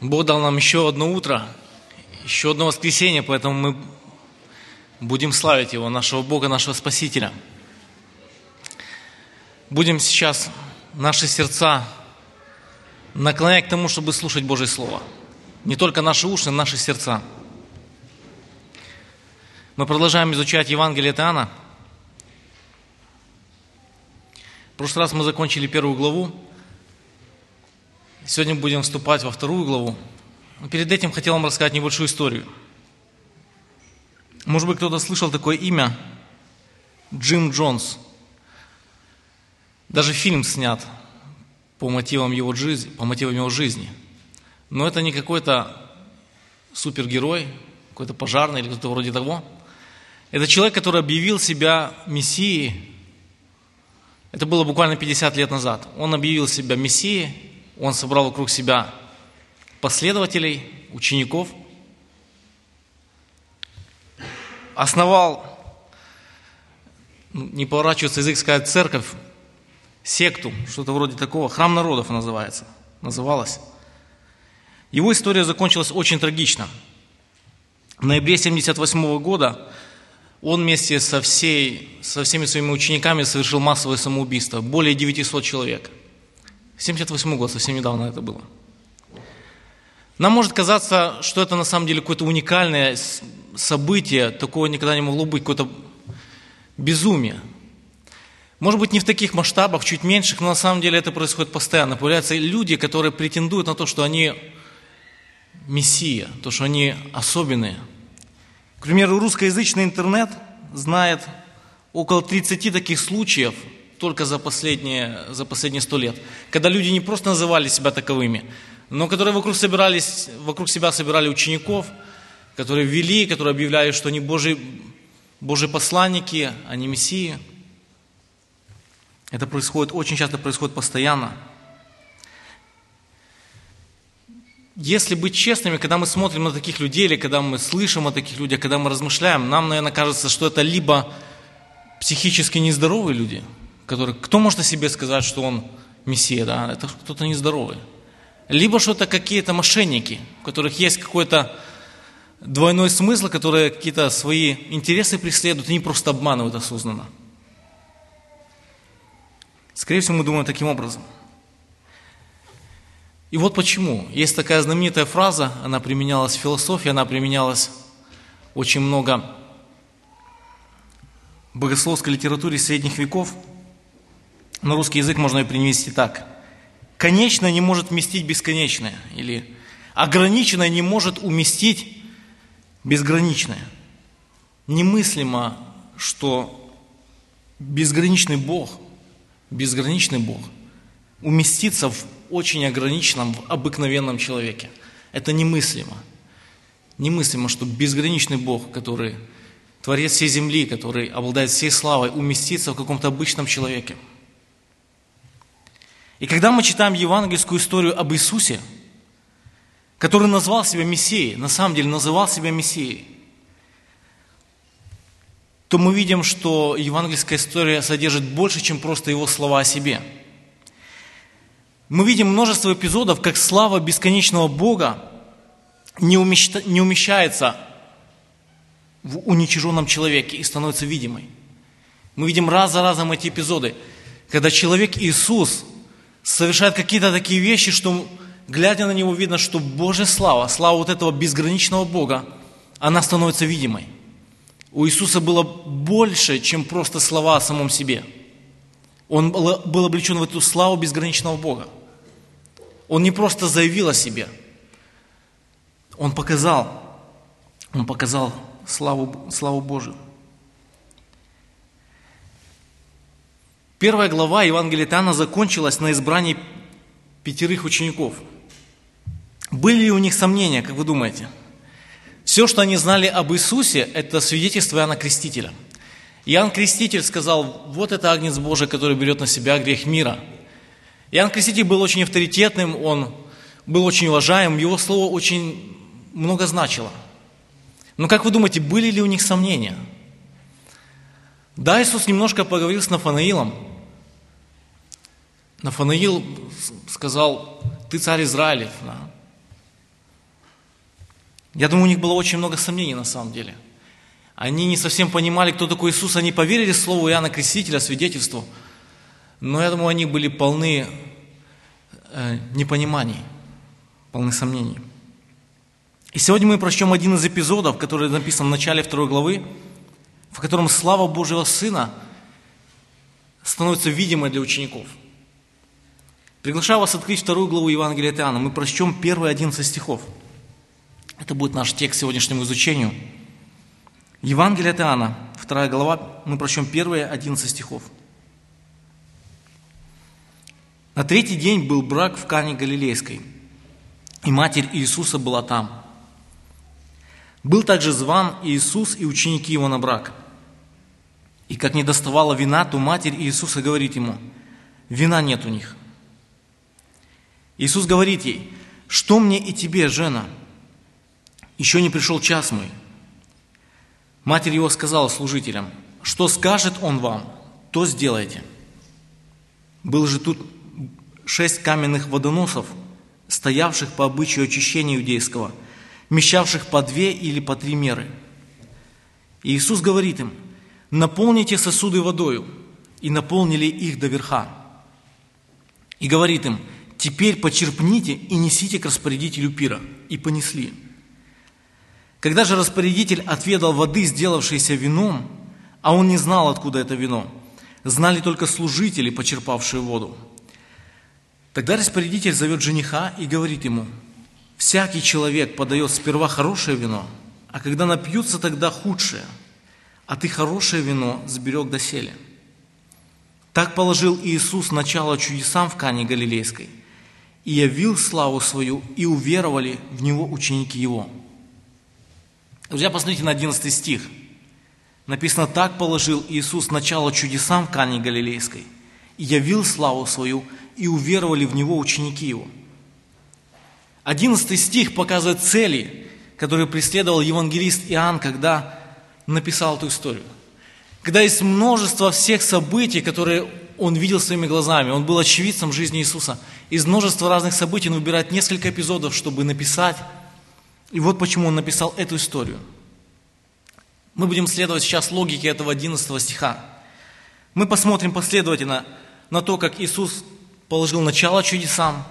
Бог дал нам еще одно утро, еще одно воскресенье, поэтому мы будем славить Его, нашего Бога, нашего Спасителя. Будем сейчас наши сердца наклонять к тому, чтобы слушать Божье Слово. Не только наши уши, но наши сердца. Мы продолжаем изучать Евангелие от Иоанна. В прошлый раз мы закончили 1 главу. Сегодня будем вступать во 2 главу. Но перед этим хотел вам рассказать небольшую историю. Может быть, кто-то слышал такое имя Джим Джонс. Даже фильм снят по мотивам его жизни. Но это не какой-то супергерой, какой-то пожарный или кто-то вроде того. Это человек, который объявил себя мессией. Это было буквально 50 лет назад. Он объявил себя мессией, он собрал вокруг себя последователей, учеников, основал, не поворачивается язык сказать, церковь, секту, что-то вроде такого, храм народов называлась. Его история закончилась очень трагично. В ноябре 1978 года он вместе со всеми своими учениками совершил массовое самоубийство. Более 900 человек. 1978 год, совсем недавно это было. Нам может казаться, что это на самом деле какое-то уникальное событие, такого никогда не могло быть, какое-то безумие. Может быть, не в таких масштабах, чуть меньших, но на самом деле это происходит постоянно. Появляются люди, которые претендуют на то, что они мессия, то, что они особенные. К примеру, русскоязычный интернет знает около 30 таких случаев только за последние 100 лет, когда люди не просто называли себя таковыми, но которые вокруг себя собирали учеников, которые вели, которые объявляли, что они Божьи посланники, а не мессии. Это очень часто происходит постоянно. Если быть честными, когда мы смотрим на таких людей, или когда мы слышим о таких людях, когда мы размышляем, нам, наверное, кажется, что это либо психически нездоровые люди, кто может о себе сказать, что он мессия, да? Это кто-то нездоровый. Либо что это какие-то мошенники, у которых есть какой-то двойной смысл, которые какие-то свои интересы преследуют, и они просто обманывают осознанно. Скорее всего, мы думаем таким образом. И вот почему. Есть такая знаменитая фраза, она применялась в философии, она применялась очень много в богословской литературе средних веков. На русский язык можно ее перевести так. Конечное не может вместить бесконечное. Или ограниченное не может уместить безграничное. Немыслимо, что безграничный Бог уместится в очень ограниченном, в обыкновенном человеке. Это немыслимо. Немыслимо, что безграничный Бог, который творец всей земли, который обладает всей славой, уместится в каком-то обычном человеке. И когда мы читаем евангельскую историю об Иисусе, который назвал себя Мессией, на самом деле называл себя Мессией, то мы видим, что евангельская история содержит больше, чем просто его слова о себе. Мы видим множество эпизодов, как слава бесконечного Бога не умещается в уничиженном человеке и становится видимой. Мы видим раз за разом эти эпизоды, когда человек Иисус совершает какие-то такие вещи, что, глядя на Него, видно, что Божья слава вот этого безграничного Бога, она становится видимой. У Иисуса было больше, чем просто слова о самом себе. Он был облечен в эту славу безграничного Бога. Он не просто заявил о себе. Он показал славу Божию. 1 глава Евангелия от Иоанна закончилась на избрании 5 учеников. Были ли у них сомнения, как вы думаете? Все, что они знали об Иисусе, это свидетельство Иоанна Крестителя. Иоанн Креститель сказал: вот это Агнец Божий, который берет на себя грех мира. Иоанн Креститель был очень авторитетным, он был очень уважаем, его слово очень много значило. Но как вы думаете, были ли у них сомнения? Да, Иисус немножко поговорил с Нафанаилом. Нафанаил сказал: ты царь Израилев. Да? Я думаю, у них было очень много сомнений на самом деле. Они не совсем понимали, кто такой Иисус. Они поверили слову Иоанна Крестителя, свидетельству. Но я думаю, они были полны непониманий, полны сомнений. И сегодня мы прочтем один из эпизодов, который написан в начале 2 главы, в котором слава Божьего Сына становится видимой для учеников. Приглашаю вас открыть 2 главу Евангелия от Иоанна. Мы прочтем первые 11 стихов. Это будет наш текст к сегодняшнему изучению. Евангелие от Иоанна, 2 глава, мы прочтем первые 11 стихов. На третий день был брак в Кане Галилейской, и матерь Иисуса была там. Был также зван Иисус и ученики его на брак. И как не доставало вина, то матерь Иисуса говорит ему: вина нет у них. Иисус говорит ей: что мне и тебе, жена? Еще не пришел час мой. Матерь его сказала служителям: что скажет он вам, то сделайте. Было же тут 6 каменных водоносов, стоявших по обычаю очищения иудейского, вмещавших по 2 или по 3 меры. И Иисус говорит им: наполните сосуды водою, и наполнили их до верха. И говорит им: теперь почерпните и несите к распорядителю пира. И понесли. Когда же распорядитель отведал воды, сделавшейся вином, а он не знал, откуда это вино, знали только служители, почерпавшие воду. Тогда распорядитель зовет жениха и говорит ему: всякий человек подает сперва хорошее вино, а когда напьются, тогда худшее, а ты хорошее вино сберег доселе. Так положил Иисус начало чудесам в Кане Галилейской, и явил славу свою, и уверовали в Него ученики Его. Друзья, посмотрите на 11 стих. Написано: так положил Иисус начало чудесам в Кане Галилейской, и явил славу свою, и уверовали в Него ученики Его. 11 стих показывает цели, которые преследовал евангелист Иоанн, когда написал эту историю. Когда есть множество всех событий, которые он видел своими глазами, он был очевидцем жизни Иисуса. Из множества разных событий он выбирает несколько эпизодов, чтобы написать. И вот почему он написал эту историю. Мы будем следовать сейчас логике этого 11 стиха. Мы посмотрим последовательно на то, как Иисус положил начало чудесам,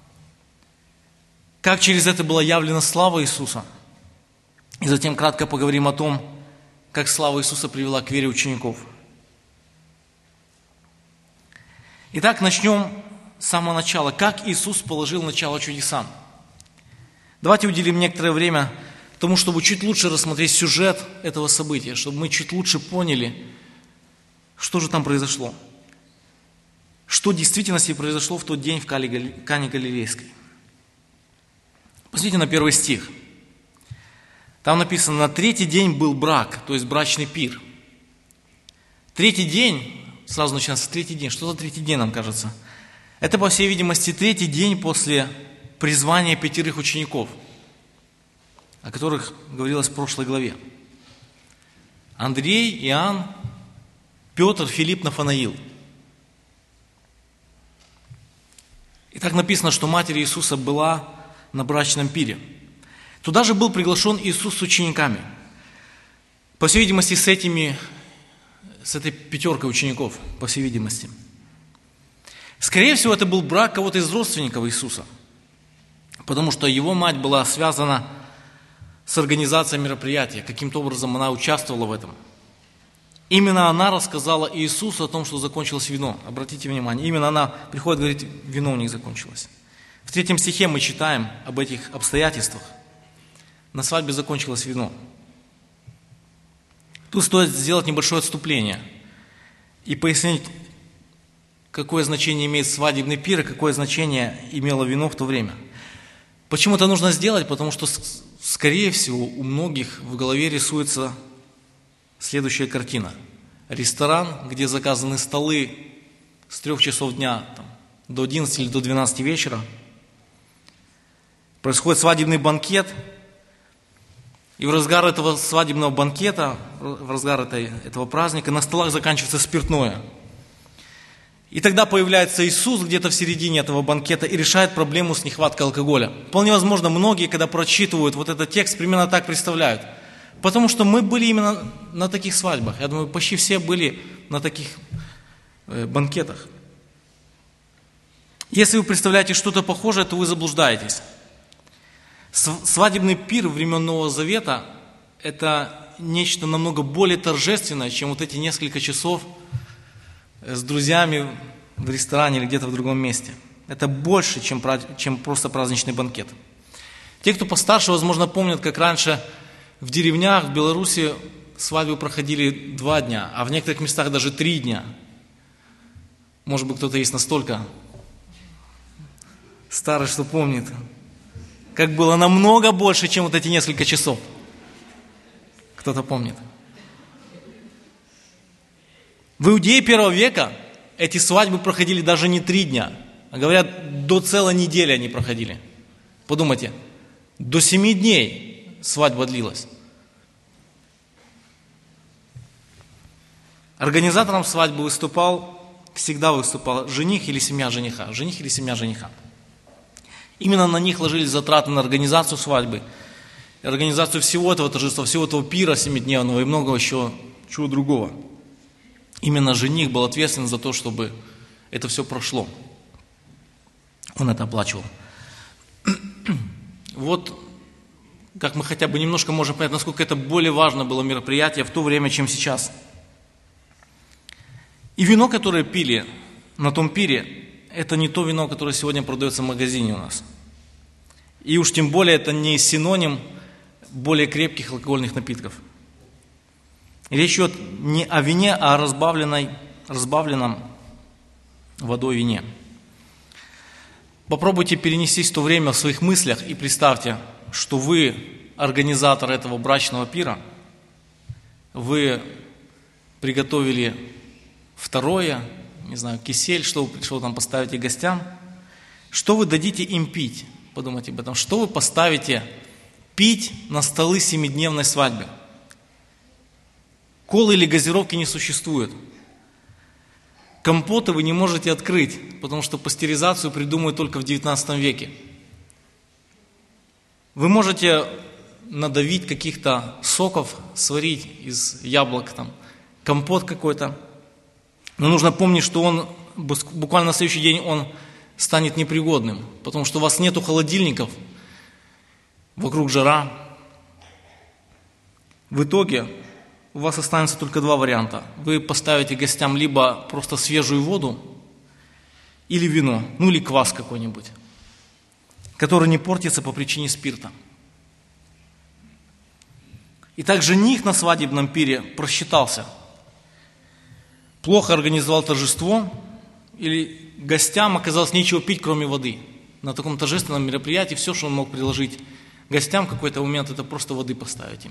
как через это была явлена слава Иисуса. И затем кратко поговорим о том, как слава Иисуса привела к вере учеников. Итак, начнем с самого начала. Как Иисус положил начало чудесам? Давайте уделим некоторое время тому, чтобы чуть лучше рассмотреть сюжет этого события, чтобы мы чуть лучше поняли, что же там произошло. Что в действительности произошло в тот день в Кане Галилейской. Посмотрите на 1 стих. Там написано: на третий день был брак, то есть брачный пир. Третий день, сразу начинается третий день. Что за третий день, нам кажется? Это, по всей видимости, третий день после призвания 5 учеников, о которых говорилось в прошлой главе. Андрей, Иоанн, Петр, Филипп, Нафанаил. И так написано, что матерь Иисуса была на брачном пире. Туда же был приглашен Иисус с учениками. По всей видимости, с этой 5 учеников, по всей видимости. Скорее всего, это был брак кого-то из родственников Иисуса, потому что его мать была связана с организацией мероприятия. Каким-то образом она участвовала в этом. Именно она рассказала Иисусу о том, что закончилось вино. Обратите внимание, именно она приходит и говорит: вино у них закончилось. В 3 стихе мы читаем об этих обстоятельствах. На свадьбе закончилось вино. Тут стоит сделать небольшое отступление и пояснить, какое значение имеет свадебный пир и какое значение имело вино в то время. Почему это нужно сделать? Потому что, скорее всего, у многих в голове рисуется следующая картина. Ресторан, где заказаны столы с 3 часов дня до 11 или до 12 вечера. Происходит свадебный банкет. И в разгар этого свадебного банкета, в разгар этого праздника на столах заканчивается спиртное. И тогда появляется Иисус где-то в середине этого банкета и решает проблему с нехваткой алкоголя. Вполне возможно, многие, когда прочитывают вот этот текст, примерно так представляют. Потому что мы были именно на таких свадьбах. Я думаю, почти все были на таких банкетах. Если вы представляете что-то похожее, то вы заблуждаетесь. Свадебный пир времен Нового Завета – это нечто намного более торжественное, чем вот эти несколько часов с друзьями в ресторане или где-то в другом месте. Это больше, чем просто праздничный банкет. Те, кто постарше, возможно, помнят, как раньше в деревнях в Беларуси свадьбы проходили 2 дня, а в некоторых местах даже 3 дня. Может быть, кто-то есть настолько старый, что помнит, как было намного больше, чем вот эти несколько часов. Кто-то помнит. В Иудее 1 века эти свадьбы проходили даже не 3 дня, а говорят, до целой недели они проходили. Подумайте, до 7 дней свадьба длилась. Организатором свадьбы всегда выступал жених или семья жениха. Жених или семья жениха. Именно на них ложились затраты на организацию свадьбы, организацию всего этого торжества, всего этого пира 7-дневного и много еще чего другого. Именно жених был ответственен за то, чтобы это все прошло. Он это оплачивал. Вот как мы хотя бы немножко можем понять, насколько это более важно было мероприятие в то время, чем сейчас. И вино, которое пили на том пире, это не то вино, которое сегодня продается в магазине у нас. И уж тем более это не синоним более крепких алкогольных напитков. Речь идет не о вине, а о разбавленном водой вине. Попробуйте перенестись в то время в своих мыслях и представьте, что вы организатор этого брачного пира, вы приготовили второе, не знаю, кисель, что вы там поставите гостям, что вы дадите им пить, подумайте об этом, что вы поставите пить на столы 7-дневной свадьбы. Колы или газировки не существует. Компоты вы не можете открыть, потому что пастеризацию придумают только в 19 веке. Вы можете надавить каких-то соков, сварить из яблок, там, компот какой-то. Но нужно помнить, что он буквально на следующий день он станет непригодным, потому что у вас нету холодильников, вокруг жара. В итоге у вас останется только 2 варианта. Вы поставите гостям либо просто свежую воду, или вино, ну или квас какой-нибудь, который не портится по причине спирта. Итак, жених на свадебном пире просчитался. Плохо организовал торжество, или гостям оказалось нечего пить, кроме воды. На таком торжественном мероприятии все, что он мог предложить гостям в какой-то момент, это просто воды поставить им.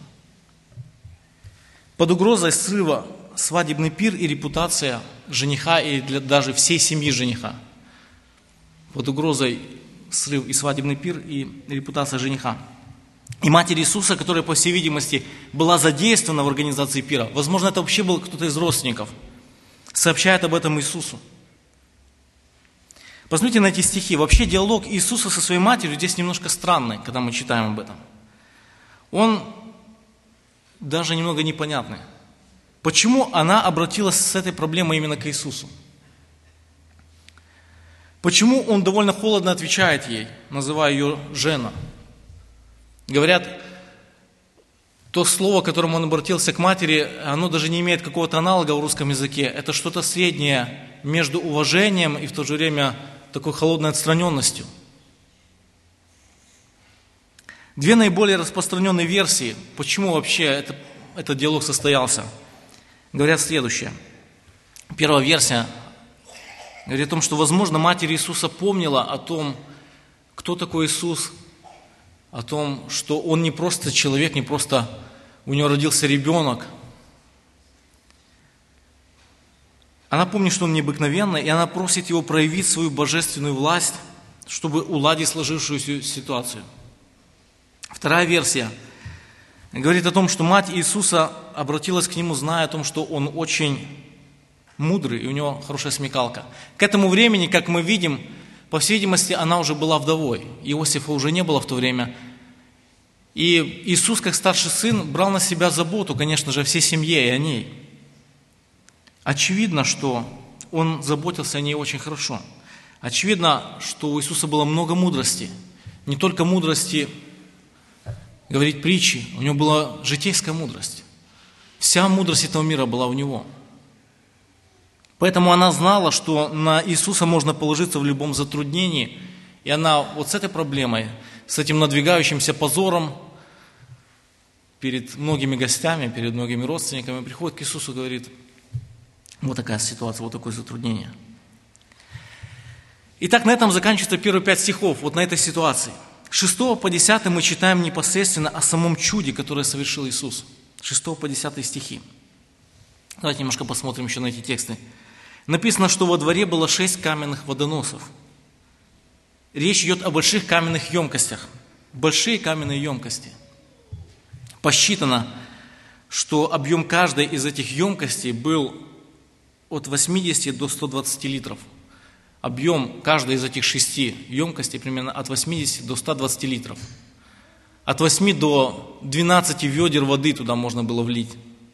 Под угрозой срыва свадебный пир и репутация жениха и даже всей семьи жениха. Под угрозой срыв и свадебный пир и репутация жениха. И Матерь Иисуса, которая, по всей видимости, была задействована в организации пира, возможно, это вообще был кто-то из родственников, сообщает об этом Иисусу. Посмотрите на эти стихи. Вообще диалог Иисуса со своей матерью здесь немножко странный, когда мы читаем об этом. Он даже немного непонятный. Почему она обратилась с этой проблемой именно к Иисусу? Почему он довольно холодно отвечает ей, называя ее «жена»? Говорят, то слово, которым он обратился к матери, оно даже не имеет какого-то аналога в русском языке. Это что-то среднее между уважением и в то же время такой холодной отстраненностью. 2 наиболее распространенные версии, почему вообще этот диалог состоялся, говорят следующее. Первая версия говорит о том, что, возможно, Матерь Иисуса помнила о том, кто такой Иисус, о том, что Он не просто человек, не просто у Него родился ребенок. Она помнит, что Он необыкновенный, и она просит Его проявить свою божественную власть, чтобы уладить сложившуюся ситуацию. Вторая версия говорит о том, что мать Иисуса обратилась к Нему, зная о том, что Он очень мудрый, и у него хорошая смекалка. К этому времени, как мы видим, по всей видимости, она уже была вдовой. Иосифа уже не было в то время. И Иисус, как старший сын, брал на себя заботу, конечно же, о всей семье и о ней. Очевидно, что он заботился о ней очень хорошо. Очевидно, что у Иисуса было много мудрости. Не только мудрости говорить притчи, у него была житейская мудрость. Вся мудрость этого мира была у него. Поэтому она знала, что на Иисуса можно положиться в любом затруднении. И она вот с этой проблемой, с этим надвигающимся позором перед многими гостями, перед многими родственниками приходит к Иисусу и говорит: вот такая ситуация, вот такое затруднение. Итак, на этом заканчиваются первые 5 стихов, вот на этой ситуации. С 6 по 10 мы читаем непосредственно о самом чуде, которое совершил Иисус. С 6 по 10 стихи. Давайте немножко посмотрим еще на эти тексты. Написано, что во дворе было 6 каменных водоносов. Речь идет о больших каменных емкостях. Большие каменные емкости. Посчитано, что объем каждой из этих емкостей был от 80 до 120 литров. Объем каждой из этих 6 емкостей примерно от 80 до 120 литров. От 8 до 12 ведер воды туда можно было влить.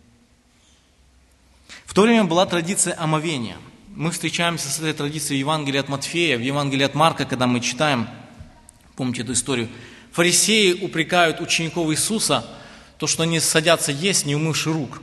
В то время была традиция омовения. Мы встречаемся с этой традицией в Евангелии от Матфея, в Евангелии от Марка, когда мы читаем, помните эту историю, фарисеи упрекают учеников Иисуса, то, что они садятся есть, не умывши рук.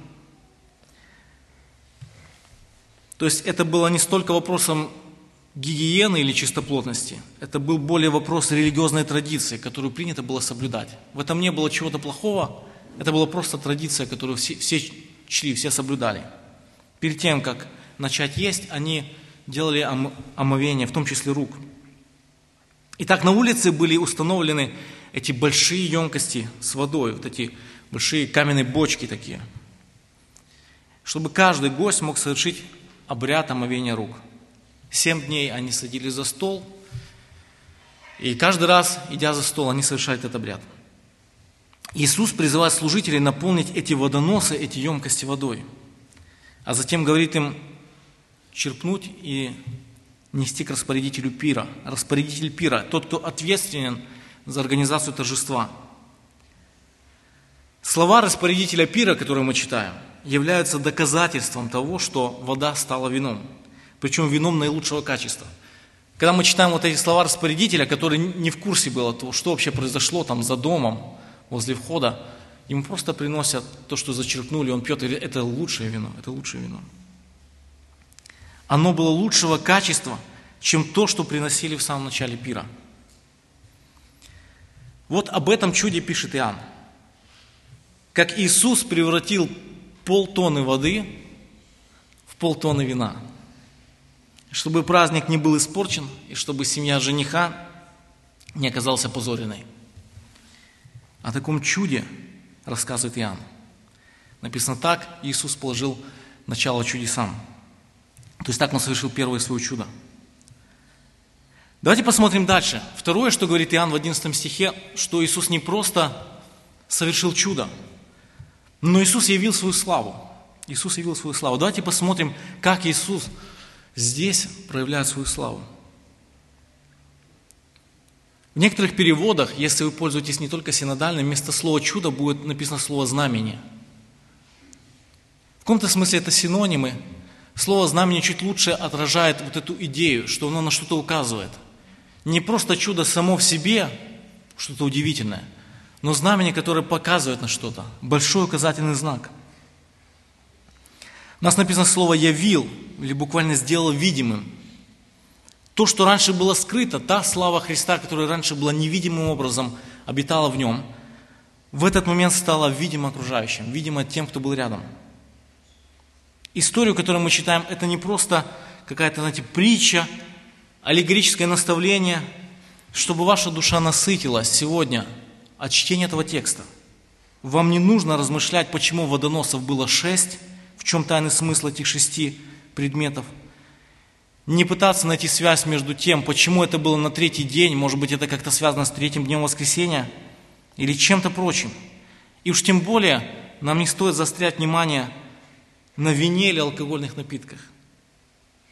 То есть это было не столько вопросом гигиены или чистоплотности, это был более вопрос религиозной традиции, которую принято было соблюдать. В этом не было чего-то плохого, это была просто традиция, которую все чтили, все соблюдали. Перед тем, как начать есть, они делали омовение, в том числе рук. Итак, на улице были установлены эти большие емкости с водой, вот эти большие каменные бочки такие, чтобы каждый гость мог совершить обряд омовения рук. 7 дней они садились за стол, и каждый раз, идя за стол, они совершают этот обряд. Иисус призывает служителей наполнить эти водоносы, эти емкости водой, а затем говорит им черпнуть и нести к распорядителю пира. Распорядитель пира, тот, кто ответственен за организацию торжества. Слова распорядителя пира, которые мы читаем, являются доказательством того, что вода стала вином. Причем вином наилучшего качества. Когда мы читаем вот эти слова распорядителя, который не в курсе было того, что вообще произошло там за домом, возле входа, ему просто приносят то, что зачерпнули, он пьет, и это лучшее вино, это лучшее вино. Оно было лучшего качества, чем то, что приносили в самом начале пира. Вот об этом чуде пишет Иоанн. Как Иисус превратил полтонны воды в полтонны вина. Чтобы праздник не был испорчен, и чтобы семья жениха не оказалась опозоренной. О таком чуде рассказывает Иоанн. Написано так: Иисус положил начало чудесам. То есть так Он совершил первое свое чудо. Давайте посмотрим дальше. Второе, что говорит Иоанн в 11 стихе, что Иисус не просто совершил чудо, но Иисус явил свою славу. Иисус явил свою славу. Давайте посмотрим, как Иисус здесь проявляет свою славу. В некоторых переводах, если вы пользуетесь не только синодальным, вместо слова «чудо» будет написано слово «знамение». В каком-то смысле это синонимы. Слово «знамение» чуть лучше отражает вот эту идею, что оно на что-то указывает. Не просто чудо само в себе, что-то удивительное, но знамение, которое показывает на что-то. Большой указательный знак. У нас написано слово «явил», или буквально «сделал видимым». То, что раньше было скрыто, та слава Христа, которая раньше была невидимым образом, обитала в нем, в этот момент стала видима окружающим, видима тем, кто был рядом. Историю, которую мы читаем, это не просто какая-то, знаете, притча, аллегорическое наставление, чтобы ваша душа насытилась сегодня от чтения этого текста. Вам не нужно размышлять, почему водоносов было 6, в чем тайный смысл этих 6 предметов. Не пытаться найти связь между тем, почему это было на 3-й день, может быть, это как-то связано с 3-м днем воскресения, или чем-то прочим. И уж тем более нам не стоит заострять внимание на вине или алкогольных напитках.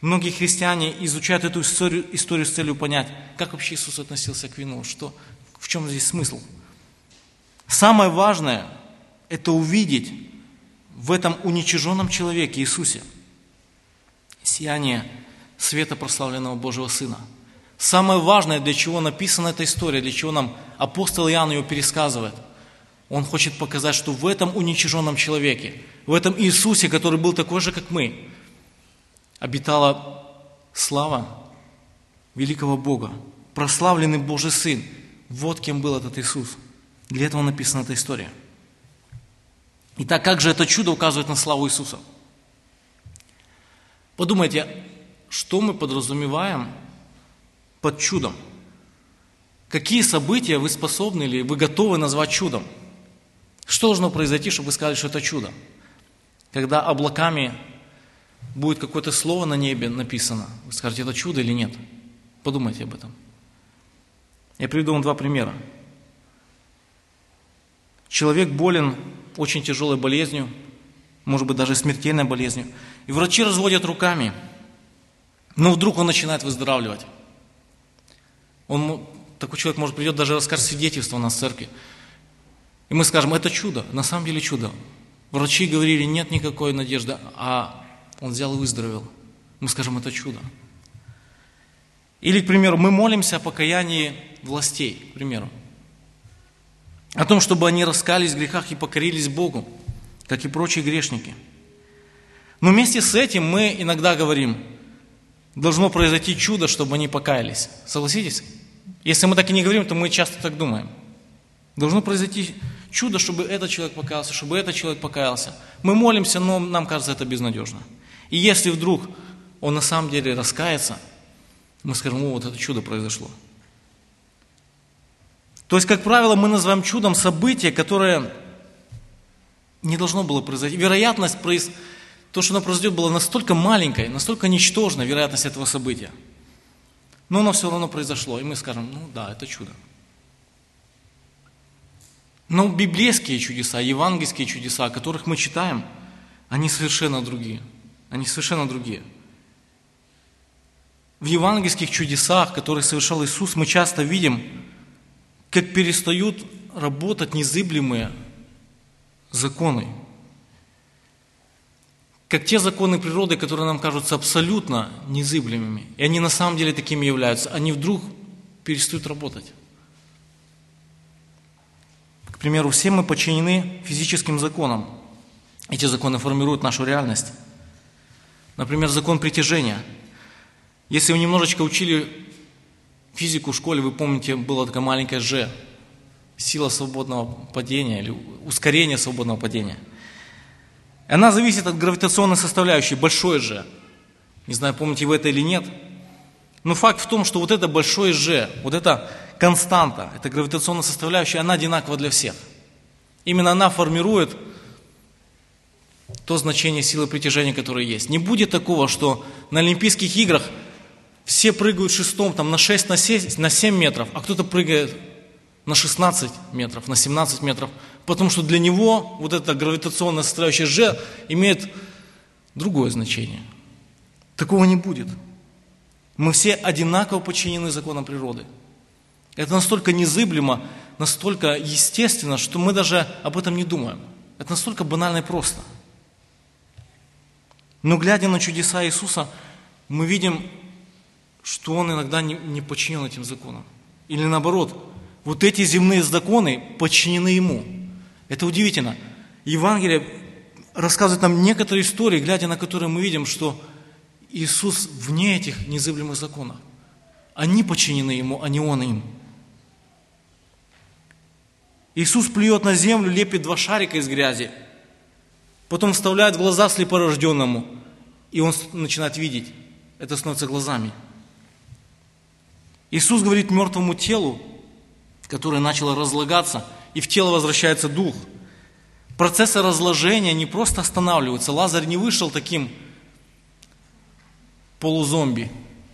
Многие христиане изучают эту историю с целью понять, как вообще Иисус относился к вину, в чем здесь смысл. Самое важное – это увидеть в этом уничиженном человеке Иисусе сияние света прославленного Божьего Сына. Самое важное, для чего написана эта история, для чего нам апостол Иоанн ее пересказывает. Он хочет показать, что в этом уничиженном человеке, в этом Иисусе, который был такой же, как мы, обитала слава великого Бога, прославленный Божий Сын. Вот кем был этот Иисус. Для этого написана эта история. Итак, как же это чудо указывает на славу Иисуса? Подумайте, что мы подразумеваем под чудом? Какие события вы способны или вы готовы назвать чудом? Что должно произойти, чтобы вы сказали, что это чудо? Когда облаками будет какое-то слово на небе написано, вы скажете, это чудо или нет? Подумайте об этом. Я приведу вам два примера. Человек болен очень тяжелой болезнью, может быть, даже смертельной болезнью, и врачи разводят руками, но вдруг он начинает выздоравливать. Такой человек, может, придет, даже расскажет свидетельство у нас в церкви. И мы скажем, это чудо, на самом деле чудо. Врачи говорили, нет никакой надежды, а он взял и выздоровел. Мы скажем, это чудо. Или, к примеру, мы молимся о покаянии властей, к примеру. О том, чтобы они раскаялись в грехах и покорились Богу, как и прочие грешники. Но вместе с этим мы иногда говорим, должно произойти чудо, чтобы они покаялись. Согласитесь? Если мы так и не говорим, то мы часто так думаем. Должно произойти чудо, чтобы этот человек покаялся, чтобы этот человек покаялся. Мы молимся, но нам кажется это безнадежно. И если вдруг он на самом деле раскается, мы скажем, вот это чудо произошло. То есть, как правило, мы называем чудом событие, которое не должно было произойти. Вероятность, то, что оно произойдет, была настолько маленькой, настолько ничтожной, вероятность этого события. Но оно все равно произошло, и мы скажем, да, это чудо. Но библейские чудеса, евангельские чудеса, о которых мы читаем, они совершенно другие. Они совершенно другие. В евангельских чудесах, которые совершал Иисус, мы часто видим, как перестают работать незыблемые законы. Как те законы природы, которые нам кажутся абсолютно незыблемыми, и они на самом деле такими являются, они вдруг перестают работать. К примеру, все мы подчинены физическим законам. Эти законы формируют нашу реальность. Например, закон притяжения. Если вы немножечко учили физику в школе, вы помните, была такая маленькая G, сила свободного падения или ускорение свободного падения. Она зависит от гравитационной составляющей, большой G. Не знаю, помните вы это или нет. Но факт в том, что вот это большое G, вот эта константа, эта гравитационная составляющая, она одинакова для всех. Именно она формирует то значение силы притяжения, которое есть. Не будет такого, что на Олимпийских играх все прыгают шестом на 6, на 7 метров, а кто-то прыгает на 16 метров, на 17 метров, потому что для него вот эта гравитационная составляющая G имеет другое значение. Такого не будет. Мы все одинаково подчинены законам природы. Это настолько незыблемо, настолько естественно, что мы даже об этом не думаем. Это настолько банально и просто. Но глядя на чудеса Иисуса, мы видим, что Он иногда не подчинен этим законам. Или наоборот, вот эти земные законы подчинены Ему. Это удивительно. Евангелие рассказывает нам некоторые истории, глядя на которые мы видим, что Иисус вне этих незыблемых законов. Они подчинены Ему, а не Он им. Иисус плюет на землю, лепит 2 шарика из грязи, потом вставляет в глаза слепорожденному, и он начинает видеть. Это становится глазами. Иисус говорит мертвому телу, которое начало разлагаться, и в тело возвращается дух. Процессы разложения не просто останавливаются. Лазарь не вышел таким полузомби.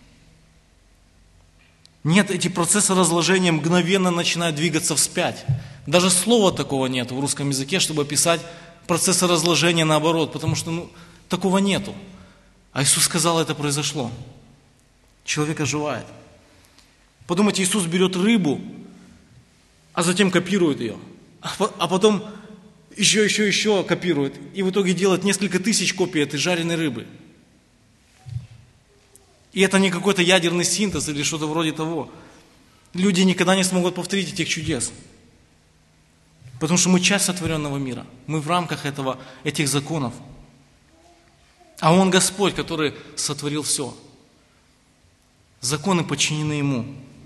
Нет, эти процессы разложения мгновенно начинают двигаться вспять. Даже слова такого нет в русском языке, чтобы описать процессы разложения наоборот, потому что такого нету. А Иисус сказал, это произошло. Человек оживает. Подумайте, Иисус берет рыбу, а затем копирует ее. А потом еще копирует. И в итоге делает несколько тысяч копий этой жареной рыбы. И это не какой-то ядерный синтез или что-то вроде того. Люди никогда не смогут повторить этих чудес. Потому что мы часть сотворенного мира. Мы в рамках этих законов. А Он Господь, который сотворил все. Законы подчинены Ему.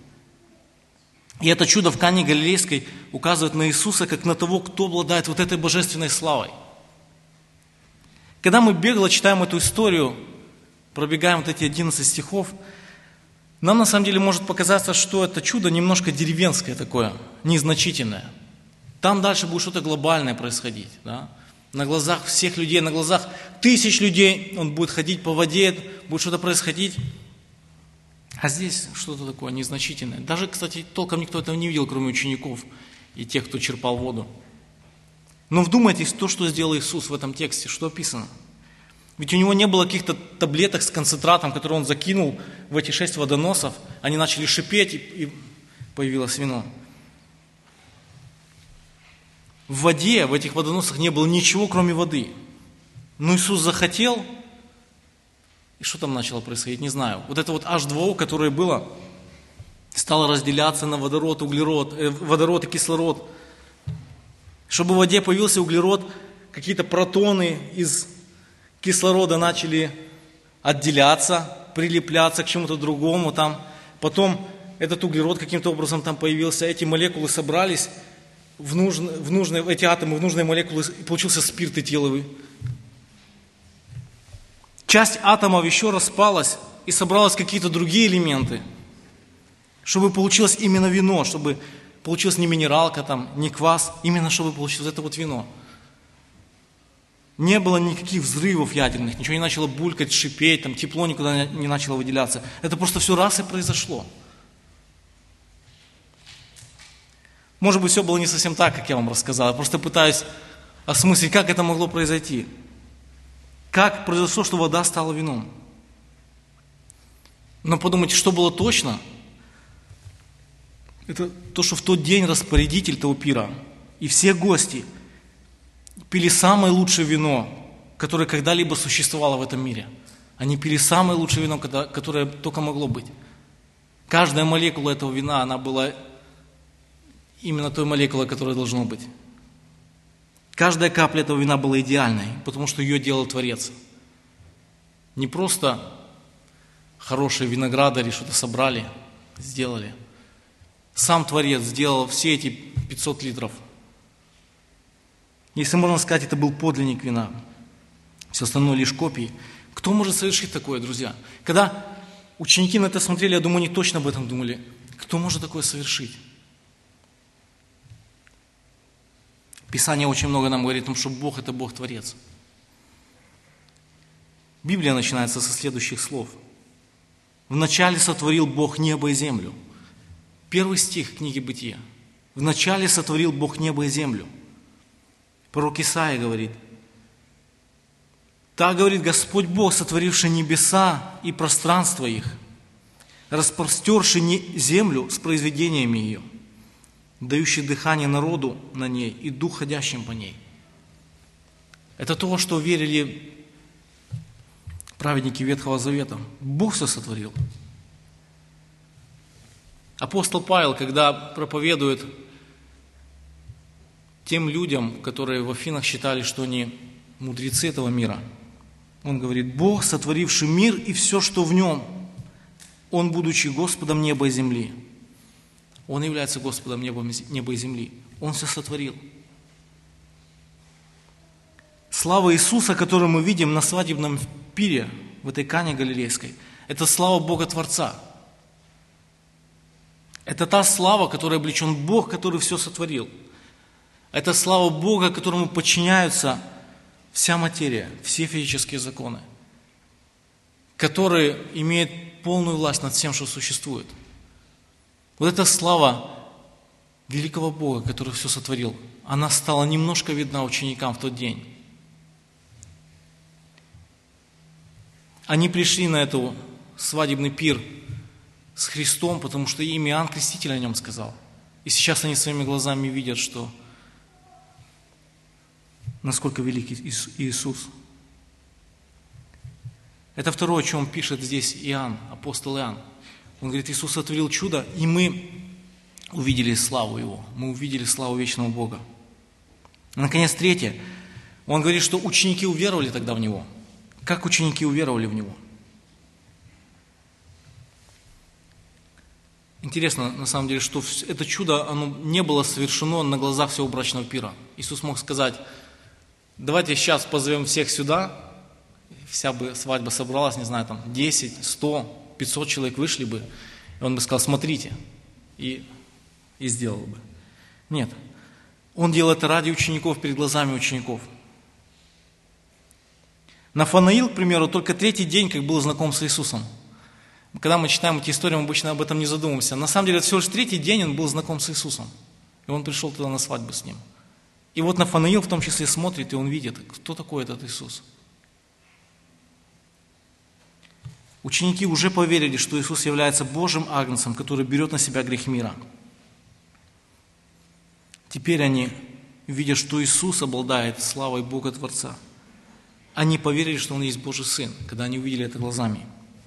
И это чудо в Кане Галилейской указывает на Иисуса, как на того, кто обладает вот этой божественной славой. Когда мы бегло читаем эту историю, пробегаем вот эти 11 стихов, нам на самом деле может показаться, что это чудо немножко деревенское такое, незначительное. Там дальше будет что-то глобальное происходить. Да? На глазах всех людей, на глазах тысяч людей Он будет ходить по воде, будет что-то происходить. А здесь что-то такое незначительное. Даже, кстати, толком никто этого не видел, кроме учеников и тех, кто черпал воду. Но вдумайтесь в то, что сделал Иисус в этом тексте, что описано. Ведь у Него не было каких-то таблеток с концентратом, которые Он закинул в эти 6 водоносов. Они начали шипеть, и появилось вино. В воде, в этих водоносах не было ничего, кроме воды. Но Иисус захотел, и что там начало происходить, не знаю. Вот это вот H2O, которое было, стало разделяться на водород, водород и кислород. Чтобы в воде появился углерод, какие-то протоны из кислорода начали отделяться, прилепляться к чему-то другому там. Потом этот углерод каким-то образом там появился, эти молекулы собрались эти атомы в нужные молекулы, и получился спирт этиловый. Часть атомов еще распалась и собралась какие-то другие элементы, чтобы получилось именно вино, чтобы получилась не минералка, там, не квас, именно чтобы получилось это вот вино. Не было никаких взрывов ядерных, ничего не начало булькать, шипеть, там, тепло никуда не начало выделяться. Это просто все раз и произошло. Может быть, все было не совсем так, как я вам рассказал. Я просто пытаюсь осмыслить, как это могло произойти. Как произошло, что вода стала вином. Но подумайте, что было точно. Это то, что в тот день распорядитель того пира и все гости пили самое лучшее вино, которое когда-либо существовало в этом мире. Они пили самое лучшее вино, которое только могло быть. Каждая молекула этого вина, она была именно той молекулой, которая должна быть. Каждая капля этого вина была идеальной, потому что ее делал Творец. Не просто хорошие виноградари что-то собрали, сделали. Сам Творец сделал все эти 500 литров. Если можно сказать, это был подлинник вина. Все остальное лишь копии. Кто может совершить такое, друзья? Когда ученики на это смотрели, я думаю, они точно об этом думали. Кто может такое совершить? Писание очень много нам говорит о том, что Бог – это Бог-творец. Библия начинается со следующих слов. «Вначале сотворил Бог небо и землю». Первый стих книги Бытия. «Вначале сотворил Бог небо и землю». Пророк Исаия говорит: «Так говорит Господь Бог, сотворивший небеса и пространство их, распростерший землю с произведениями ее, дающий дыхание народу на ней и дух, ходящим по ней». Это то, что верили праведники Ветхого Завета. Бог все сотворил. Апостол Павел, когда проповедует тем людям, которые в Афинах считали, что они мудрецы этого мира, он говорит: «Бог, сотворивший мир и все, что в нем, Он, будучи Господом неба и земли». Он является Господом неба и земли. Он все сотворил. Слава Иисуса, которую мы видим на свадебном пире в этой Кане Галилейской, это слава Бога Творца. Это та слава, которой облечен Бог, который все сотворил. Это слава Бога, которому подчиняются вся материя, все физические законы, который имеет полную власть над всем, что существует. Вот эта слава великого Бога, который все сотворил, она стала немножко видна ученикам в тот день. Они пришли на этот свадебный пир с Христом, потому что им Иоанн Креститель о нем сказал. И сейчас они своими глазами видят, что насколько велик Иисус. Это второе, о чем пишет здесь Иоанн, апостол Иоанн. Он говорит, Иисус сотворил чудо, и мы увидели славу Его. Мы увидели славу вечного Бога. И, наконец, третье. Он говорит, что ученики уверовали тогда в Него. Как ученики уверовали в Него? Интересно, на самом деле, что это чудо, оно не было совершено на глазах всего брачного пира. Иисус мог сказать, давайте сейчас позовем всех сюда, вся бы свадьба собралась, не знаю, там 10, 100, 500 человек вышли бы, и Он бы сказал, смотрите, и сделал бы. Нет, Он делал это ради учеников, перед глазами учеников. Нафанаил, к примеру, только третий день, как был знаком с Иисусом. Когда мы читаем эти истории, мы обычно об этом не задумываемся. На самом деле, это всего лишь третий день он был знаком с Иисусом. И он пришел туда на свадьбу с ним. И вот Нафанаил в том числе смотрит, и он видит, кто такой этот Иисус. Ученики уже поверили, что Иисус является Божьим агнцем, который берет на себя грех мира. Теперь они видят, что Иисус обладает славой Бога Творца. Они поверили, что Он есть Божий Сын, когда они увидели это глазами.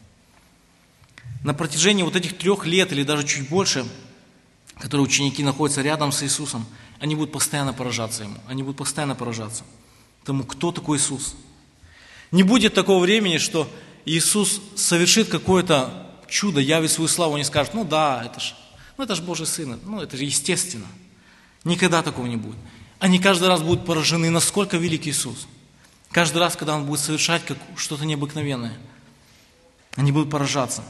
На протяжении вот этих 3 лет или даже чуть больше, которые ученики находятся рядом с Иисусом, они будут постоянно поражаться Ему. Они будут постоянно поражаться тому, кто такой Иисус. Не будет такого времени, что Иисус совершит какое-то чудо, явит свою славу, они скажут, это же Божий Сын, это же естественно. Никогда такого не будет. Они каждый раз будут поражены, насколько велик Иисус. Каждый раз, когда Он будет совершать что-то необыкновенное, они будут поражаться.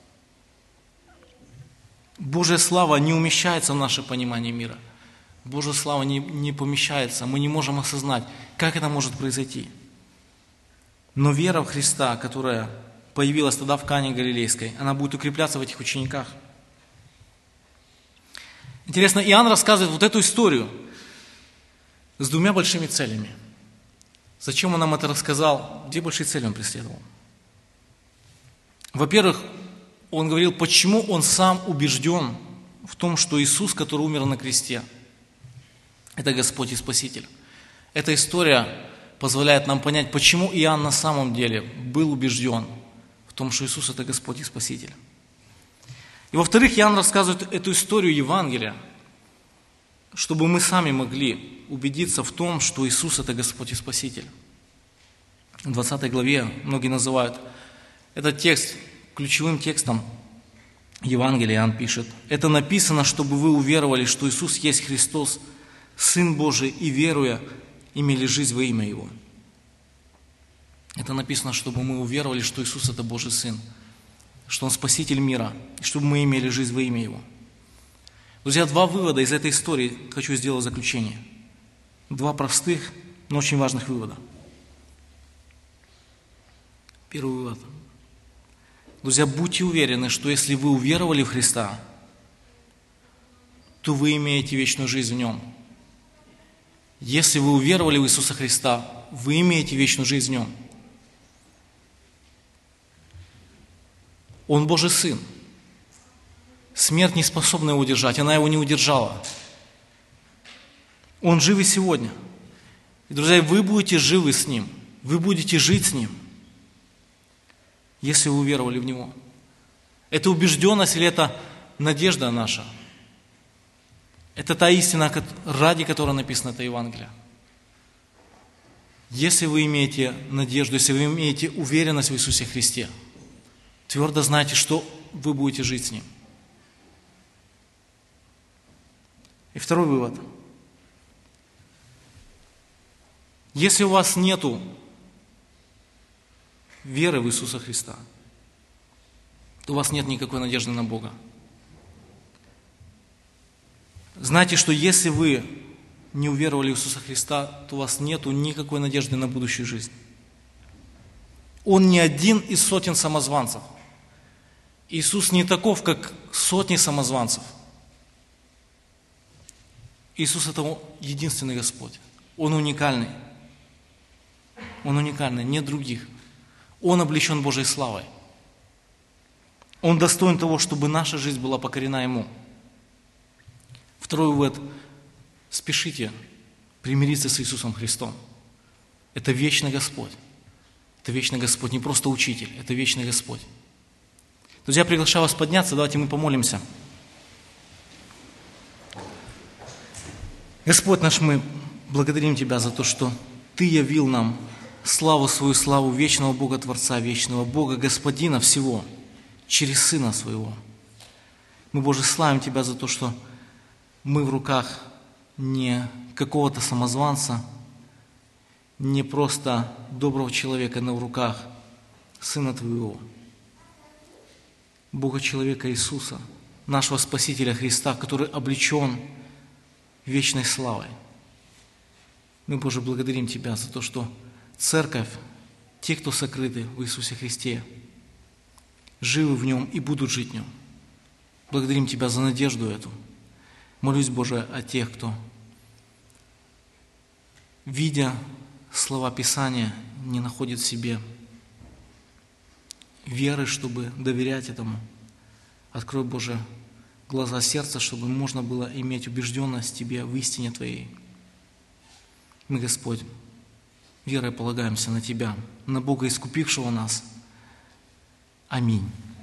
Божья слава не умещается в наше понимание мира. Божья слава не помещается. Мы не можем осознать, как это может произойти. Но вера в Христа, которая появилась тогда в Кане Галилейской, она будет укрепляться в этих учениках. Интересно, Иоанн рассказывает вот эту историю с 2 большими целями. Зачем он нам это рассказал? 2 большие цели он преследовал. Во-первых, он говорил, почему он сам убежден в том, что Иисус, который умер на кресте, это Господь и Спаситель. Эта история позволяет нам понять, почему Иоанн на самом деле был убежден в том, что Иисус это Господь и Спаситель. И во-вторых, Иоанн рассказывает эту историю Евангелия, чтобы мы сами могли убедиться в том, что Иисус это Господь и Спаситель. В 20 главе многие называют этот текст ключевым текстом Евангелия. Иоанн пишет: «Это написано, чтобы вы уверовали, что Иисус есть Христос, Сын Божий, и, веруя, имели жизнь во имя Его». Это написано, чтобы мы уверовали, что Иисус – это Божий Сын, что Он Спаситель мира, и чтобы мы имели жизнь во имя Его. Друзья, 2 вывода из этой истории хочу сделать в заключение. 2 простых, но очень важных вывода. Первый вывод. Друзья, будьте уверены, что если вы уверовали в Христа, то вы имеете вечную жизнь в Нем. Если вы уверовали в Иисуса Христа, вы имеете вечную жизнь в Нем. Он Божий Сын. Смерть не способна Его удержать, она Его не удержала. Он жив и сегодня. И, друзья, вы будете живы с Ним, вы будете жить с Ним, если вы уверовали в Него. Это убежденность или это надежда наша? Это та истина, ради которой написано это Евангелие. Если вы имеете надежду, если вы имеете уверенность в Иисусе Христе, твердо знайте, что вы будете жить с Ним. И второй вывод. Если у вас нету веры в Иисуса Христа, то у вас нет никакой надежды на Бога. Знайте, что если вы не уверовали в Иисуса Христа, то у вас нету никакой надежды на будущую жизнь. Он не один из сотен самозванцев. Иисус не таков, как сотни самозванцев. Иисус – это единственный Господь. Он уникальный. Он уникальный, нет других. Он облечен Божьей славой. Он достоин того, чтобы наша жизнь была покорена Ему. Второй вывод. Спешите примириться с Иисусом Христом. Это вечный Господь. Это вечный Господь, не просто учитель, это вечный Господь. Друзья, приглашаю вас подняться, давайте мы помолимся. Господь наш, мы благодарим Тебя за то, что Ты явил нам славу свою, славу вечного Бога Творца, вечного Бога Господина всего, через Сына Своего. Мы, Боже, славим Тебя за то, что мы в руках не какого-то самозванца, не просто доброго человека, но в руках Сына Твоего, Бога-человека Иисуса, нашего Спасителя Христа, который облечен вечной славой. Мы, Боже, благодарим Тебя за то, что Церковь, те, кто сокрыты в Иисусе Христе, живы в Нем и будут жить в Нем. Благодарим Тебя за надежду эту. Молюсь, Боже, о тех, кто, видя слова Писания, не находит в себе веры, чтобы доверять этому. Открой, Боже, глаза сердца, чтобы можно было иметь убежденность в Тебе, в истине Твоей. Мы, Господь, верой полагаемся на Тебя, на Бога, искупившего нас. Аминь.